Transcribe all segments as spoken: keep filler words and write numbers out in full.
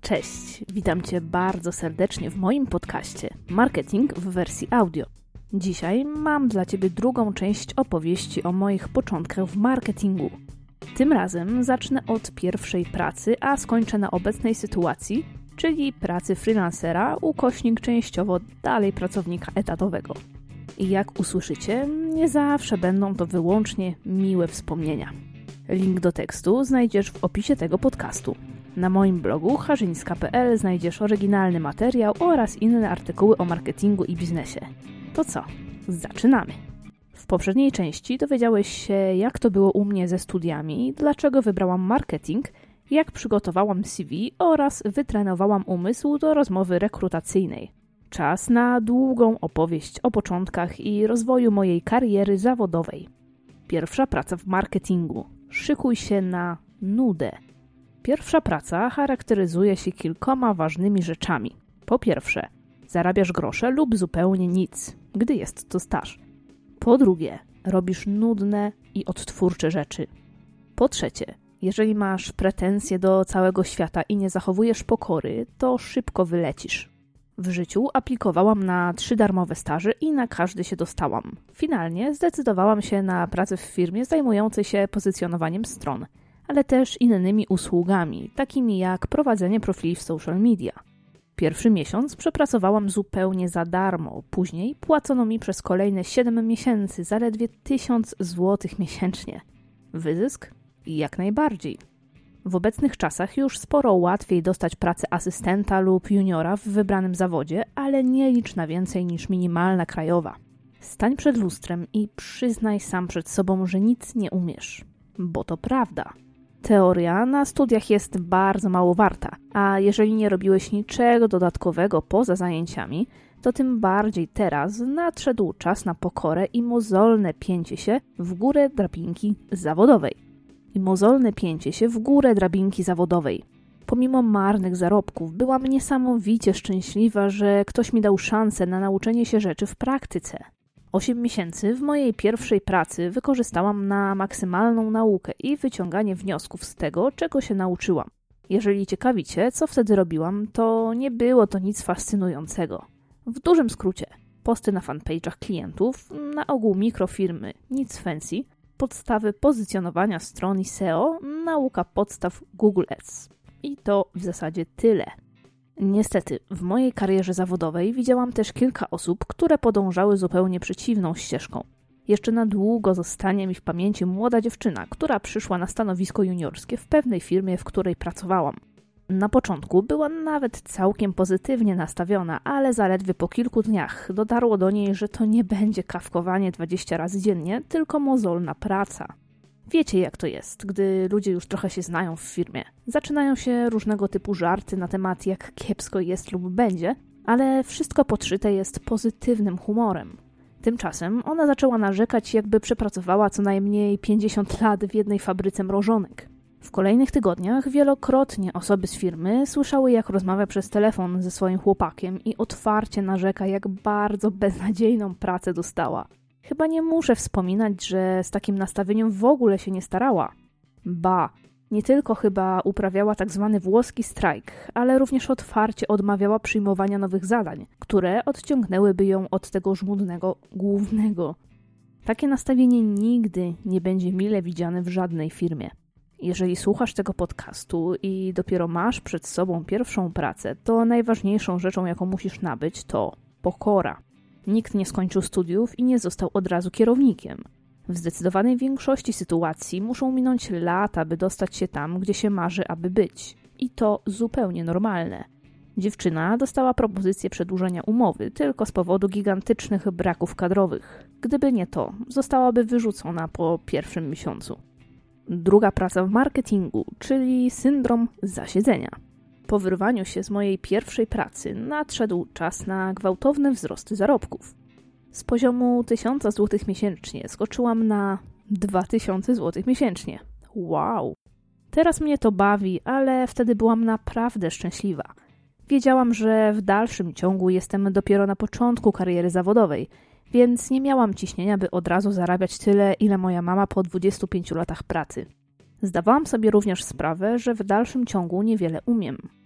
Cześć, witam Cię bardzo serdecznie w moim podcaście Marketing w wersji audio. Dzisiaj mam dla Ciebie drugą część opowieści o moich początkach w marketingu. Tym razem zacznę od pierwszej pracy, a skończę na obecnej sytuacji, czyli pracy freelancera, ukośnik częściowo dalej pracownika etatowego. I jak usłyszycie, nie zawsze będą to wyłącznie miłe wspomnienia. Link do tekstu znajdziesz w opisie tego podcastu. Na moim blogu harzyńska kropka p l znajdziesz oryginalny materiał oraz inne artykuły o marketingu i biznesie. To co? Zaczynamy! W poprzedniej części dowiedziałeś się, jak to było u mnie ze studiami, dlaczego wybrałam marketing, jak przygotowałam C V oraz wytrenowałam umysł do rozmowy rekrutacyjnej. Czas na długą opowieść o początkach i rozwoju mojej kariery zawodowej. Pierwsza praca w marketingu. Szykuj się na nudę. Pierwsza praca charakteryzuje się kilkoma ważnymi rzeczami. Po pierwsze, zarabiasz grosze lub zupełnie nic, gdy jest to staż. Po drugie, robisz nudne i odtwórcze rzeczy. Po trzecie, jeżeli masz pretensje do całego świata i nie zachowujesz pokory, to szybko wylecisz. W życiu aplikowałam na trzy darmowe staże i na każdy się dostałam. Finalnie zdecydowałam się na pracę w firmie zajmującej się pozycjonowaniem stron, ale też innymi usługami, takimi jak prowadzenie profili w social media. Pierwszy miesiąc przepracowałam zupełnie za darmo, później płacono mi przez kolejne siedem miesięcy zaledwie tysiąc złotych miesięcznie. Wyzysk? Jak najbardziej. W obecnych czasach już sporo łatwiej dostać pracę asystenta lub juniora w wybranym zawodzie, ale nie licz na więcej niż minimalna krajowa. Stań przed lustrem i przyznaj sam przed sobą, że nic nie umiesz, bo to prawda. Teoria na studiach jest bardzo mało warta, a jeżeli nie robiłeś niczego dodatkowego poza zajęciami, to tym bardziej teraz nadszedł czas na pokorę i mozolne pięcie się w górę drabinki zawodowej. I mozolne pięcie się w górę drabinki zawodowej. Pomimo marnych zarobków byłam niesamowicie szczęśliwa, że ktoś mi dał szansę na nauczenie się rzeczy w praktyce. Osiem miesięcy w mojej pierwszej pracy wykorzystałam na maksymalną naukę i wyciąganie wniosków z tego, czego się nauczyłam. Jeżeli ciekawicie, co wtedy robiłam, to nie było to nic fascynującego. W dużym skrócie, posty na fanpage'ach klientów, na ogół mikrofirmy, nic fancy, podstawy pozycjonowania stron i S E O, nauka podstaw Google Ads. I to w zasadzie tyle. Niestety, w mojej karierze zawodowej widziałam też kilka osób, które podążały zupełnie przeciwną ścieżką. Jeszcze na długo zostanie mi w pamięci młoda dziewczyna, która przyszła na stanowisko juniorskie w pewnej firmie, w której pracowałam. Na początku była nawet całkiem pozytywnie nastawiona, ale zaledwie po kilku dniach dotarło do niej, że to nie będzie kawkowanie dwadzieścia razy dziennie, tylko mozolna praca. Wiecie, jak to jest, gdy ludzie już trochę się znają w firmie. Zaczynają się różnego typu żarty na temat, jak kiepsko jest lub będzie, ale wszystko podszyte jest pozytywnym humorem. Tymczasem ona zaczęła narzekać, jakby przepracowała co najmniej pięćdziesiąt lat w jednej fabryce mrożonek. W kolejnych tygodniach wielokrotnie osoby z firmy słyszały, jak rozmawia przez telefon ze swoim chłopakiem i otwarcie narzeka, jak bardzo beznadziejną pracę dostała. Chyba nie muszę wspominać, że z takim nastawieniem w ogóle się nie starała. Ba, nie tylko chyba uprawiała tak zwany włoski strajk, ale również otwarcie odmawiała przyjmowania nowych zadań, które odciągnęłyby ją od tego żmudnego głównego. Takie nastawienie nigdy nie będzie mile widziane w żadnej firmie. Jeżeli słuchasz tego podcastu i dopiero masz przed sobą pierwszą pracę, to najważniejszą rzeczą, jaką musisz nabyć, to pokora. Nikt nie skończył studiów i nie został od razu kierownikiem. W zdecydowanej większości sytuacji muszą minąć lata, by dostać się tam, gdzie się marzy, aby być. I to zupełnie normalne. Dziewczyna dostała propozycję przedłużenia umowy tylko z powodu gigantycznych braków kadrowych. Gdyby nie to, zostałaby wyrzucona po pierwszym miesiącu. Druga praca w marketingu, czyli syndrom zasiedzenia. Po wyrwaniu się z mojej pierwszej pracy nadszedł czas na gwałtowne wzrosty zarobków. Z poziomu tysiąc złotych miesięcznie skoczyłam na dwa tysiące złotych miesięcznie. Wow! Teraz mnie to bawi, ale wtedy byłam naprawdę szczęśliwa. Wiedziałam, że w dalszym ciągu jestem dopiero na początku kariery zawodowej, więc nie miałam ciśnienia, by od razu zarabiać tyle, ile moja mama po dwudziestu pięciu latach pracy. Zdawałam sobie również sprawę, że w dalszym ciągu niewiele umiem.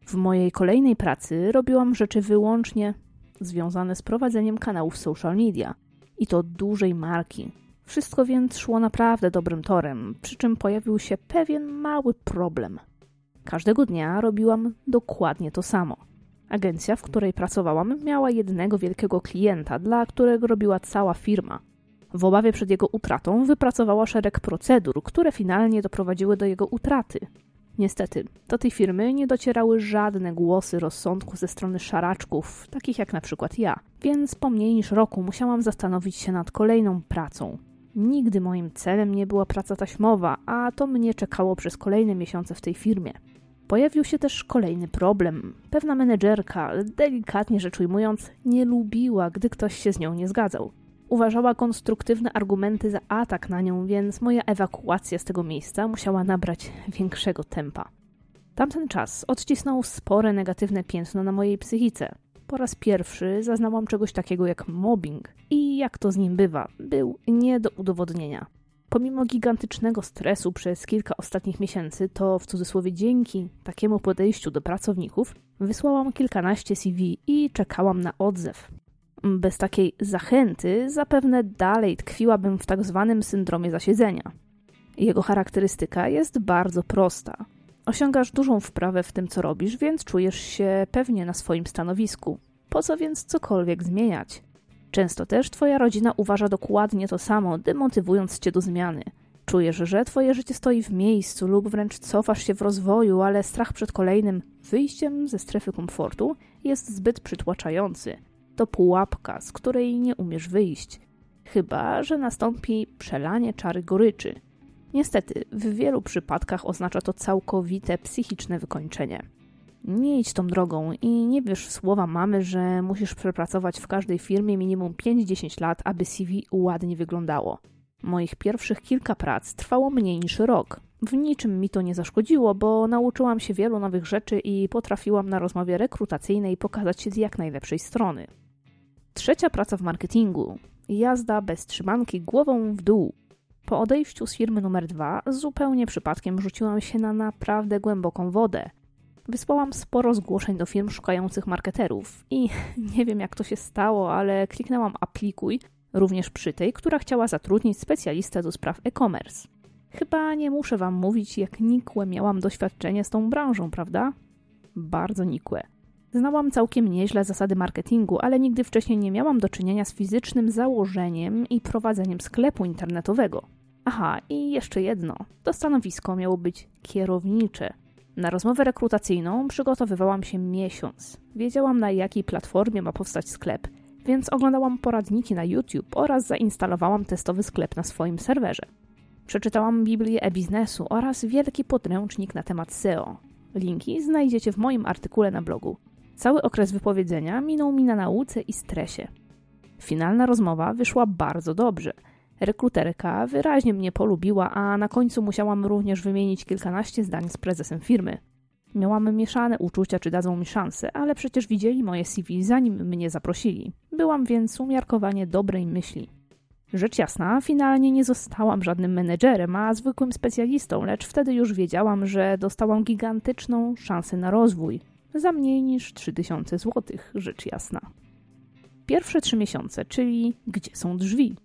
W mojej kolejnej pracy robiłam rzeczy wyłącznie związane z prowadzeniem kanałów social media i to dużej marki. Wszystko więc szło naprawdę dobrym torem, przy czym pojawił się pewien mały problem. Każdego dnia robiłam dokładnie to samo. Agencja, w której pracowałam, miała jednego wielkiego klienta, dla którego robiła cała firma. W obawie przed jego utratą wypracowała szereg procedur, które finalnie doprowadziły do jego utraty. Niestety, do tej firmy nie docierały żadne głosy rozsądku ze strony szaraczków, takich jak na przykład ja, więc po mniej niż roku musiałam zastanowić się nad kolejną pracą. Nigdy moim celem nie była praca taśmowa, a to mnie czekało przez kolejne miesiące w tej firmie. Pojawił się też kolejny problem. Pewna menedżerka, delikatnie rzecz ujmując, nie lubiła, gdy ktoś się z nią nie zgadzał. Uważała konstruktywne argumenty za atak na nią, więc moja ewakuacja z tego miejsca musiała nabrać większego tempa. Tamten czas odcisnął spore negatywne piętno na mojej psychice. Po raz pierwszy zaznałam czegoś takiego jak mobbing i jak to z nim bywa, był nie do udowodnienia. Pomimo gigantycznego stresu przez kilka ostatnich miesięcy, to w cudzysłowie dzięki takiemu podejściu do pracowników wysłałam kilkanaście C V i czekałam na odzew. Bez takiej zachęty zapewne dalej tkwiłabym w tak zwanym syndromie zasiedzenia. Jego charakterystyka jest bardzo prosta. Osiągasz dużą wprawę w tym, co robisz, więc czujesz się pewnie na swoim stanowisku. Po co więc cokolwiek zmieniać? Często też twoja rodzina uważa dokładnie to samo, demotywując cię do zmiany. Czujesz, że twoje życie stoi w miejscu lub wręcz cofasz się w rozwoju, ale strach przed kolejnym wyjściem ze strefy komfortu jest zbyt przytłaczający. To pułapka, z której nie umiesz wyjść. Chyba że nastąpi przelanie czary goryczy. Niestety, w wielu przypadkach oznacza to całkowite psychiczne wykończenie. Nie idź tą drogą i nie wierz w słowa mamy, że musisz przepracować w każdej firmie minimum pięć do dziesięciu lat, aby C V ładnie wyglądało. Moich pierwszych kilka prac trwało mniej niż rok. W niczym mi to nie zaszkodziło, bo nauczyłam się wielu nowych rzeczy i potrafiłam na rozmowie rekrutacyjnej pokazać się z jak najlepszej strony. Trzecia praca w marketingu. Jazda bez trzymanki głową w dół. Po odejściu z firmy numer dwa zupełnie przypadkiem rzuciłam się na naprawdę głęboką wodę. Wysłałam sporo zgłoszeń do firm szukających marketerów i nie wiem jak to się stało, ale kliknęłam aplikuj, również przy tej, która chciała zatrudnić specjalistę do spraw e-commerce. Chyba nie muszę wam mówić, jak nikłe miałam doświadczenie z tą branżą, prawda? Bardzo nikłe. Znałam całkiem nieźle zasady marketingu, ale nigdy wcześniej nie miałam do czynienia z fizycznym założeniem i prowadzeniem sklepu internetowego. Aha, i jeszcze jedno. To stanowisko miało być kierownicze. Na rozmowę rekrutacyjną przygotowywałam się miesiąc. Wiedziałam, na jakiej platformie ma powstać sklep, więc oglądałam poradniki na YouTube oraz zainstalowałam testowy sklep na swoim serwerze. Przeczytałam Biblię e-biznesu oraz wielki podręcznik na temat S E O. Linki znajdziecie w moim artykule na blogu. Cały okres wypowiedzenia minął mi na nauce i stresie. Finalna rozmowa wyszła bardzo dobrze. Rekruterka wyraźnie mnie polubiła, a na końcu musiałam również wymienić kilkanaście zdań z prezesem firmy. Miałam mieszane uczucia, czy dadzą mi szansę, ale przecież widzieli moje C V zanim mnie zaprosili. Byłam więc umiarkowanie dobrej myśli. Rzecz jasna, finalnie nie zostałam żadnym menedżerem, a zwykłym specjalistą, lecz wtedy już wiedziałam, że dostałam gigantyczną szansę na rozwój. Za mniej niż trzy tysiące złotych, rzecz jasna. Pierwsze trzy miesiące, czyli gdzie są drzwi?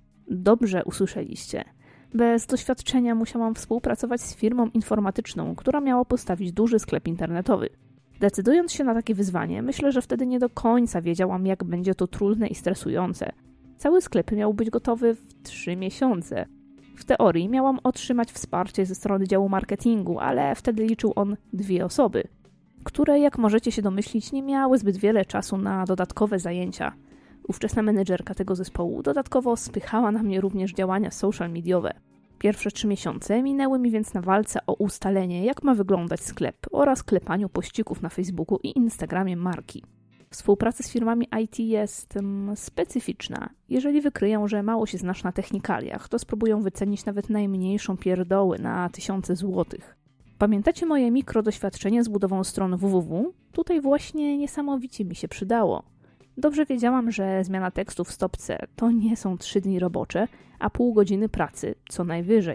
Dobrze usłyszeliście. Bez doświadczenia musiałam współpracować z firmą informatyczną, która miała postawić duży sklep internetowy. Decydując się na takie wyzwanie, myślę, że wtedy nie do końca wiedziałam, jak będzie to trudne i stresujące. Cały sklep miał być gotowy w trzy miesiące. W teorii miałam otrzymać wsparcie ze strony działu marketingu, ale wtedy liczył on dwie osoby, które, jak możecie się domyślić, nie miały zbyt wiele czasu na dodatkowe zajęcia. Ówczesna menedżerka tego zespołu dodatkowo spychała na mnie również działania social mediowe. Pierwsze trzy miesiące minęły mi więc na walce o ustalenie, jak ma wyglądać sklep oraz klepaniu pościgów na Facebooku i Instagramie marki. Współpraca z firmami I T jest um, specyficzna. Jeżeli wykryją, że mało się znasz na technikaliach, to spróbują wycenić nawet najmniejszą pierdołę na tysiące złotych. Pamiętacie moje mikrodoświadczenie z budową stron www? Tutaj właśnie niesamowicie mi się przydało. Dobrze wiedziałam, że zmiana tekstu w stopce to nie są trzy dni robocze, a pół godziny pracy, co najwyżej.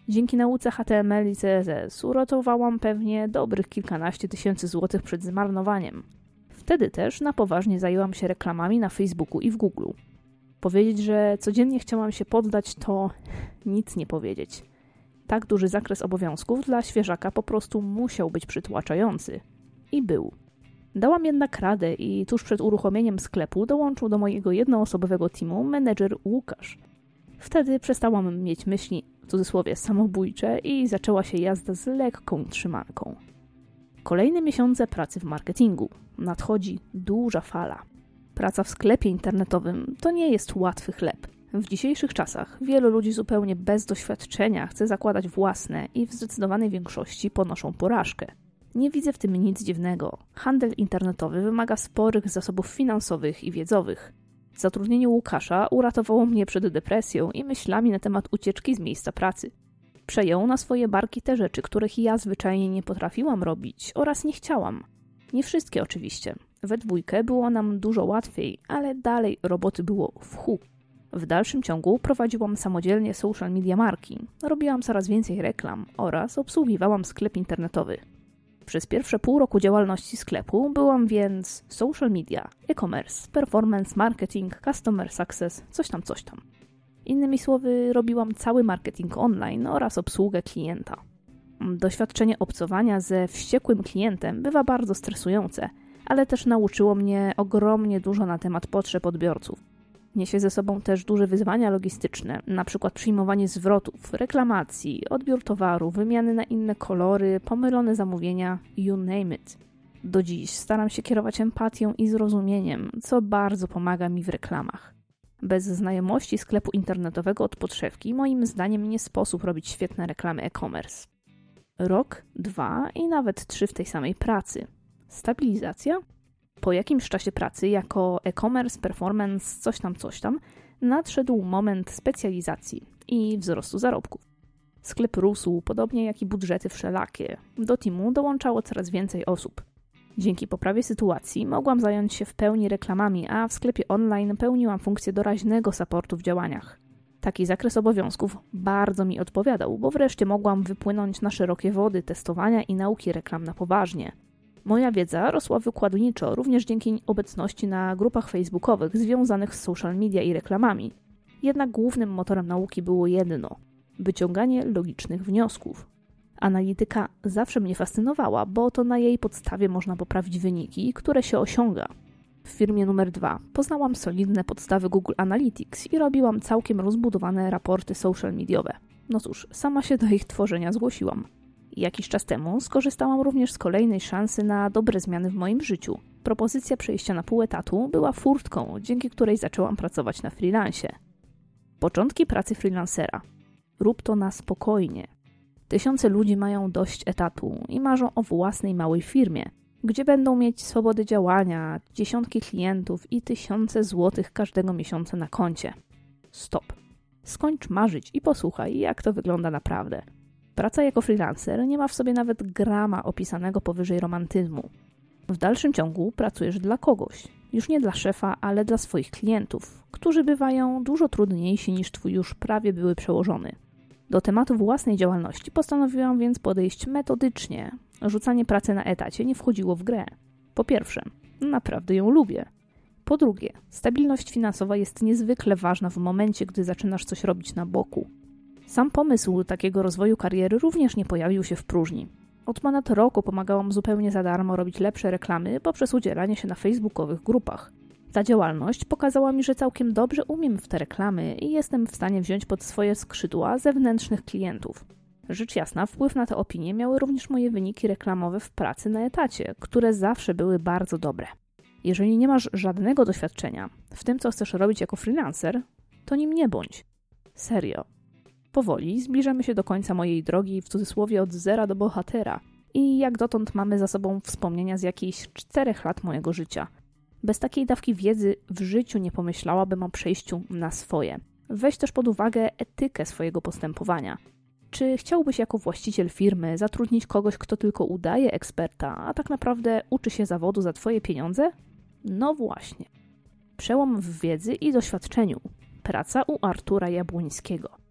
Dzięki nauce H T M L i C S S uratowałam pewnie dobrych kilkanaście tysięcy złotych przed zmarnowaniem. Wtedy też na poważnie zajęłam się reklamami na Facebooku i w Google. Powiedzieć, że codziennie chciałam się poddać, to nic nie powiedzieć. Tak duży zakres obowiązków dla świeżaka po prostu musiał być przytłaczający. I był. Dałam jednak radę i tuż przed uruchomieniem sklepu dołączył do mojego jednoosobowego teamu menedżer Łukasz. Wtedy przestałam mieć myśli, w cudzysłowie, samobójcze i zaczęła się jazda z lekką trzymanką. Kolejne miesiące pracy w marketingu. Nadchodzi duża fala. Praca w sklepie internetowym to nie jest łatwy chleb. W dzisiejszych czasach wielu ludzi zupełnie bez doświadczenia chce zakładać własne i w zdecydowanej większości ponoszą porażkę. Nie widzę w tym nic dziwnego. Handel internetowy wymaga sporych zasobów finansowych i wiedzowych. Zatrudnienie Łukasza uratowało mnie przed depresją i myślami na temat ucieczki z miejsca pracy. Przejął na swoje barki te rzeczy, których ja zwyczajnie nie potrafiłam robić oraz nie chciałam. Nie wszystkie oczywiście. We dwójkę było nam dużo łatwiej, ale dalej roboty było w chuj. W dalszym ciągu prowadziłam samodzielnie social media marki, robiłam coraz więcej reklam oraz obsługiwałam sklep internetowy. Przez pierwsze pół roku działalności sklepu byłam więc social media, e-commerce, performance marketing, customer success, coś tam, coś tam. Innymi słowy, robiłam cały marketing online oraz obsługę klienta. Doświadczenie obcowania ze wściekłym klientem bywa bardzo stresujące, ale też nauczyło mnie ogromnie dużo na temat potrzeb odbiorców. Niesie ze sobą też duże wyzwania logistyczne, np. przyjmowanie zwrotów, reklamacji, odbiór towaru, wymiany na inne kolory, pomylone zamówienia, you name it. Do dziś staram się kierować empatią i zrozumieniem, co bardzo pomaga mi w reklamach. Bez znajomości sklepu internetowego od podszewki, moim zdaniem nie sposób robić świetne reklamy e-commerce. Rok, dwa i nawet trzy w tej samej pracy. Stabilizacja? Po jakimś czasie pracy jako e-commerce, performance, coś tam, coś tam, nadszedł moment specjalizacji i wzrostu zarobków. Sklep rósł, podobnie jak i budżety wszelakie. Do teamu dołączało coraz więcej osób. Dzięki poprawie sytuacji mogłam zająć się w pełni reklamami, a w sklepie online pełniłam funkcję doraźnego supportu w działaniach. Taki zakres obowiązków bardzo mi odpowiadał, bo wreszcie mogłam wypłynąć na szerokie wody testowania i nauki reklam na poważnie. Moja wiedza rosła wykładniczo również dzięki obecności na grupach facebookowych związanych z social media i reklamami. Jednak głównym motorem nauki było jedno – wyciąganie logicznych wniosków. Analityka zawsze mnie fascynowała, bo to na jej podstawie można poprawić wyniki, które się osiąga. W firmie numer dwa poznałam solidne podstawy Google Analytics i robiłam całkiem rozbudowane raporty social mediowe. No cóż, sama się do ich tworzenia zgłosiłam. Jakiś czas temu skorzystałam również z kolejnej szansy na dobre zmiany w moim życiu. Propozycja przejścia na pół etatu była furtką, dzięki której zaczęłam pracować na freelancie. Początki pracy freelancera. Rób to na spokojnie. Tysiące ludzi mają dość etatu i marzą o własnej małej firmie, gdzie będą mieć swobody działania, dziesiątki klientów i tysiące złotych każdego miesiąca na koncie. Stop. Skończ marzyć i posłuchaj, jak to wygląda naprawdę. Praca jako freelancer nie ma w sobie nawet grama opisanego powyżej romantyzmu. W dalszym ciągu pracujesz dla kogoś. Już nie dla szefa, ale dla swoich klientów, którzy bywają dużo trudniejsi niż twój już prawie były przełożony. Do tematu własnej działalności postanowiłam więc podejść metodycznie. Rzucanie pracy na etacie nie wchodziło w grę. Po pierwsze, naprawdę ją lubię. Po drugie, stabilność finansowa jest niezwykle ważna w momencie, gdy zaczynasz coś robić na boku. Sam pomysł takiego rozwoju kariery również nie pojawił się w próżni. Od ponad roku pomagałam zupełnie za darmo robić lepsze reklamy poprzez udzielanie się na facebookowych grupach. Ta działalność pokazała mi, że całkiem dobrze umiem w te reklamy i jestem w stanie wziąć pod swoje skrzydła zewnętrznych klientów. Rzecz jasna, wpływ na te opinie miały również moje wyniki reklamowe w pracy na etacie, które zawsze były bardzo dobre. Jeżeli nie masz żadnego doświadczenia w tym, co chcesz robić jako freelancer, to nim nie bądź. Serio. Powoli zbliżamy się do końca mojej drogi, w cudzysłowie od zera do bohatera. I jak dotąd mamy za sobą wspomnienia z jakichś czterech lat mojego życia. Bez takiej dawki wiedzy w życiu nie pomyślałabym o przejściu na swoje. Weź też pod uwagę etykę swojego postępowania. Czy chciałbyś jako właściciel firmy zatrudnić kogoś, kto tylko udaje eksperta, a tak naprawdę uczy się zawodu za twoje pieniądze? No właśnie. Przełom w wiedzy i doświadczeniu. Praca u Artura Jabłońskiego.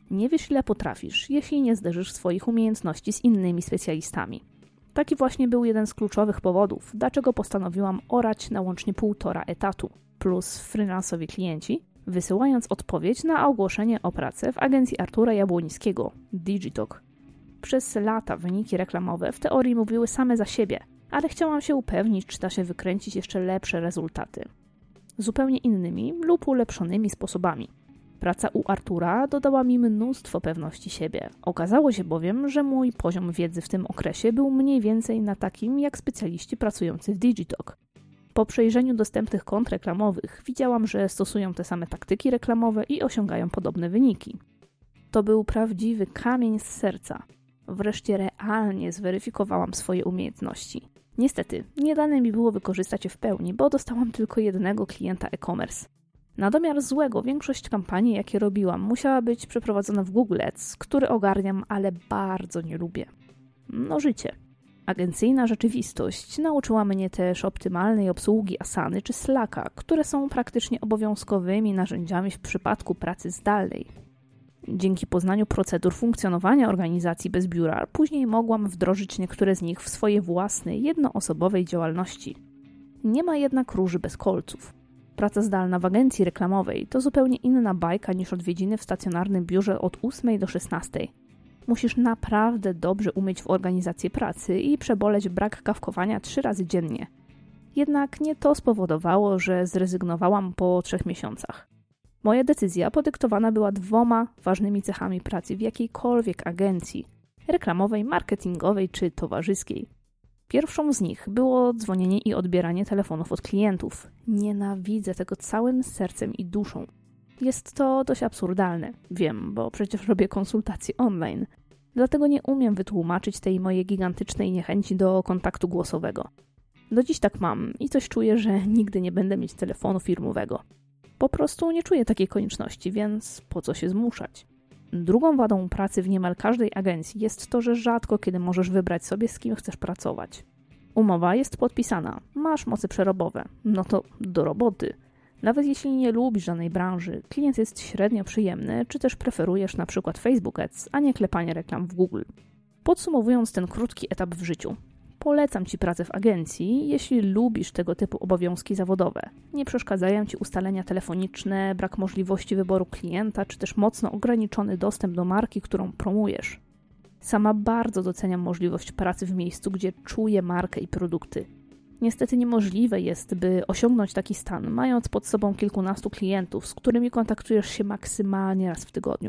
Nie wiesz, ile potrafisz, jeśli nie zderzysz swoich umiejętności z innymi specjalistami. Taki właśnie był jeden z kluczowych powodów, dlaczego postanowiłam orać na łącznie półtora etatu, plus freelansowi klienci, wysyłając odpowiedź na ogłoszenie o pracę w agencji Artura Jabłońskiego, Digitalk. Przez lata wyniki reklamowe w teorii mówiły same za siebie, ale chciałam się upewnić, czy da się wykręcić jeszcze lepsze rezultaty. Zupełnie innymi lub ulepszonymi sposobami. Praca u Artura dodała mi mnóstwo pewności siebie. Okazało się bowiem, że mój poziom wiedzy w tym okresie był mniej więcej na takim jak specjaliści pracujący w Digitalk. Po przejrzeniu dostępnych kont reklamowych widziałam, że stosują te same taktyki reklamowe i osiągają podobne wyniki. To był prawdziwy kamień z serca. Wreszcie realnie zweryfikowałam swoje umiejętności. Niestety, nie dane mi było wykorzystać je w pełni, bo dostałam tylko jednego klienta e-commerce. Na domiar złego większość kampanii, jakie robiłam, musiała być przeprowadzona w Google Ads, który ogarniam, ale bardzo nie lubię. No życie. Agencyjna rzeczywistość nauczyła mnie też optymalnej obsługi Asany czy Slacka, które są praktycznie obowiązkowymi narzędziami w przypadku pracy zdalnej. Dzięki poznaniu procedur funkcjonowania organizacji bez biura, później mogłam wdrożyć niektóre z nich w swojej własnej, jednoosobowej działalności. Nie ma jednak róży bez kolców. Praca zdalna w agencji reklamowej to zupełnie inna bajka niż odwiedziny w stacjonarnym biurze od ósmej do szesnastej. Musisz naprawdę dobrze umieć w organizację pracy i przeboleć brak kawkowania trzy razy dziennie. Jednak nie to spowodowało, że zrezygnowałam po trzech miesiącach. Moja decyzja podyktowana była dwoma ważnymi cechami pracy w jakiejkolwiek agencji – reklamowej, marketingowej czy towarzyskiej. Pierwszą z nich było dzwonienie i odbieranie telefonów od klientów. Nienawidzę tego całym sercem i duszą. Jest to dość absurdalne, wiem, bo przecież robię konsultacje online. Dlatego nie umiem wytłumaczyć tej mojej gigantycznej niechęci do kontaktu głosowego. Do dziś tak mam i coś czuję, że nigdy nie będę mieć telefonu firmowego. Po prostu nie czuję takiej konieczności, więc po co się zmuszać? Drugą wadą pracy w niemal każdej agencji jest to, że rzadko kiedy możesz wybrać sobie, z kim chcesz pracować. Umowa jest podpisana, masz moce przerobowe, no to do roboty. Nawet jeśli nie lubisz żadnej branży, klient jest średnio przyjemny, czy też preferujesz na przykład Facebook Ads, a nie klepanie reklam w Google. Podsumowując ten krótki etap w życiu, polecam Ci pracę w agencji, jeśli lubisz tego typu obowiązki zawodowe. Nie przeszkadzają Ci ustalenia telefoniczne, brak możliwości wyboru klienta, czy też mocno ograniczony dostęp do marki, którą promujesz. Sama bardzo doceniam możliwość pracy w miejscu, gdzie czuję markę i produkty. Niestety niemożliwe jest, by osiągnąć taki stan, mając pod sobą kilkunastu klientów, z którymi kontaktujesz się maksymalnie raz w tygodniu.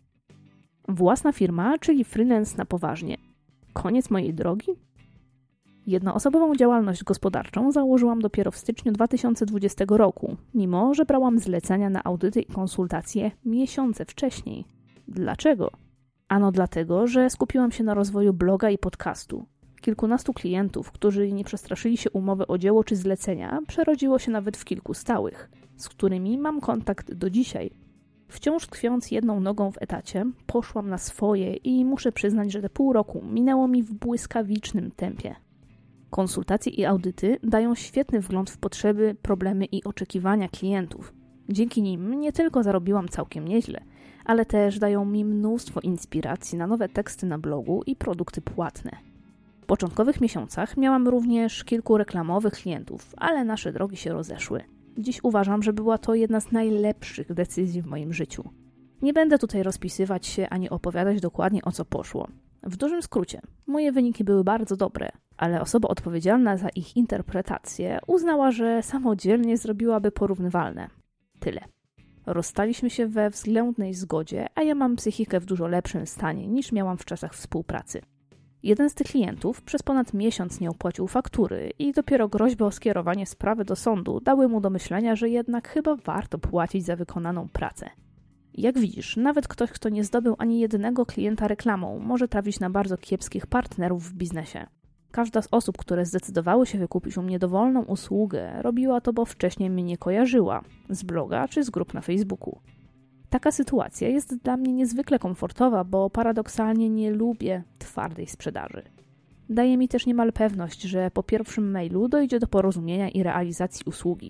Własna firma, czyli freelance na poważnie. Koniec mojej drogi? Jednoosobową działalność gospodarczą założyłam dopiero w styczniu dwa tysiące dwudziestego roku, mimo że brałam zlecenia na audyty i konsultacje miesiące wcześniej. Dlaczego? Ano dlatego, że skupiłam się na rozwoju bloga i podcastu. Kilkunastu klientów, którzy nie przestraszyli się umowy o dzieło czy zlecenia, przerodziło się nawet w kilku stałych, z którymi mam kontakt do dzisiaj. Wciąż tkwiąc jedną nogą w etacie, poszłam na swoje i muszę przyznać, że te pół roku minęło mi w błyskawicznym tempie. Konsultacje i audyty dają świetny wgląd w potrzeby, problemy i oczekiwania klientów. Dzięki nim nie tylko zarobiłam całkiem nieźle, ale też dają mi mnóstwo inspiracji na nowe teksty na blogu i produkty płatne. W początkowych miesiącach miałam również kilku reklamowych klientów, ale nasze drogi się rozeszły. Dziś uważam, że była to jedna z najlepszych decyzji w moim życiu. Nie będę tutaj rozpisywać się ani opowiadać dokładnie, o co poszło. W dużym skrócie, moje wyniki były bardzo dobre, ale osoba odpowiedzialna za ich interpretację uznała, że samodzielnie zrobiłaby porównywalne. Tyle. Rozstaliśmy się we względnej zgodzie, a ja mam psychikę w dużo lepszym stanie niż miałam w czasach współpracy. Jeden z tych klientów przez ponad miesiąc nie opłacił faktury i dopiero groźby o skierowanie sprawy do sądu dały mu do myślenia, że jednak chyba warto płacić za wykonaną pracę. Jak widzisz, nawet ktoś, kto nie zdobył ani jednego klienta reklamą, może trafić na bardzo kiepskich partnerów w biznesie. Każda z osób, które zdecydowały się wykupić u mnie dowolną usługę, robiła to, bo wcześniej mnie nie kojarzyła, z bloga czy z grup na Facebooku. Taka sytuacja jest dla mnie niezwykle komfortowa, bo paradoksalnie nie lubię twardej sprzedaży. Daje mi też niemal pewność, że po pierwszym mailu dojdzie do porozumienia i realizacji usługi.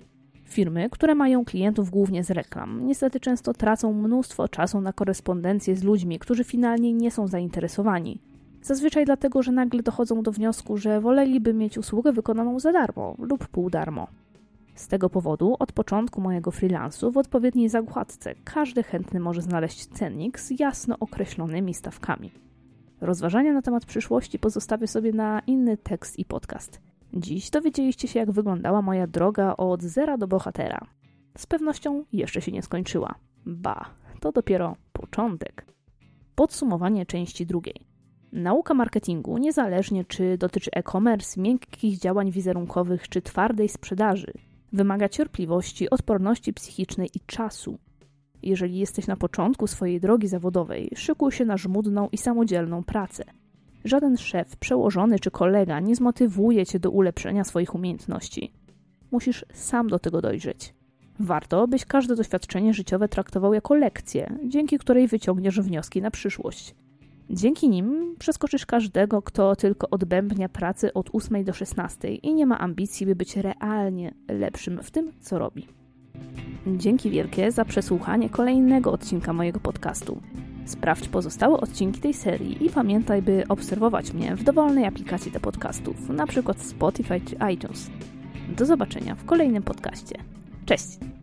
Firmy, które mają klientów głównie z reklam, niestety często tracą mnóstwo czasu na korespondencję z ludźmi, którzy finalnie nie są zainteresowani. Zazwyczaj dlatego, że nagle dochodzą do wniosku, że woleliby mieć usługę wykonaną za darmo lub pół darmo. Z tego powodu od początku mojego freelansu w odpowiedniej zakładce każdy chętny może znaleźć cennik z jasno określonymi stawkami. Rozważania na temat przyszłości pozostawię sobie na inny tekst i podcast. Dziś dowiedzieliście się, jak wyglądała moja droga od zera do bohatera. Z pewnością jeszcze się nie skończyła. Ba, to dopiero początek. Podsumowanie części drugiej. Nauka marketingu, niezależnie czy dotyczy e-commerce, miękkich działań wizerunkowych czy twardej sprzedaży, wymaga cierpliwości, odporności psychicznej i czasu. Jeżeli jesteś na początku swojej drogi zawodowej, szykuj się na żmudną i samodzielną pracę. Żaden szef, przełożony czy kolega nie zmotywuje cię do ulepszenia swoich umiejętności. Musisz sam do tego dojrzeć. Warto, byś każde doświadczenie życiowe traktował jako lekcję, dzięki której wyciągniesz wnioski na przyszłość. Dzięki nim przeskoczysz każdego, kto tylko odbębnia pracę od ósmej do szesnastej i nie ma ambicji, by być realnie lepszym w tym, co robi. Dzięki wielkie za przesłuchanie kolejnego odcinka mojego podcastu. Sprawdź pozostałe odcinki tej serii i pamiętaj, by obserwować mnie w dowolnej aplikacji do podcastów, np. Spotify czy iTunes. Do zobaczenia w kolejnym podcaście. Cześć!